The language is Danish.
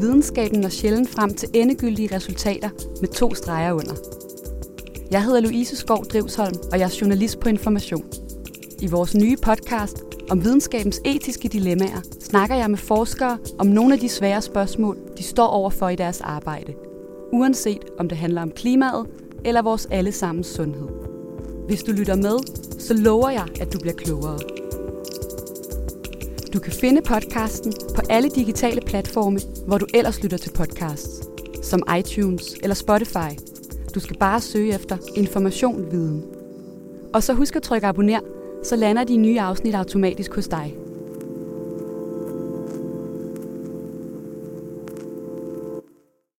videnskaben når sjældent frem til endegyldige resultater med 2 streger under. Jeg hedder Louise Skov Drivsholm, og jeg er journalist på Information. I vores nye podcast om videnskabens etiske dilemmaer snakker jeg med forskere om nogle af de svære spørgsmål, de står overfor i deres arbejde. Uanset om det handler om klimaet eller vores allesammens sundhed. Hvis du lytter med, så lover jeg, at du bliver klogere. Du kan finde podcasten på alle digitale platforme, hvor du ellers lytter til podcasts, som iTunes eller Spotify. Du skal bare søge efter Information Viden. Og så husk at trykke abonner, så lander de nye afsnit automatisk hos dig.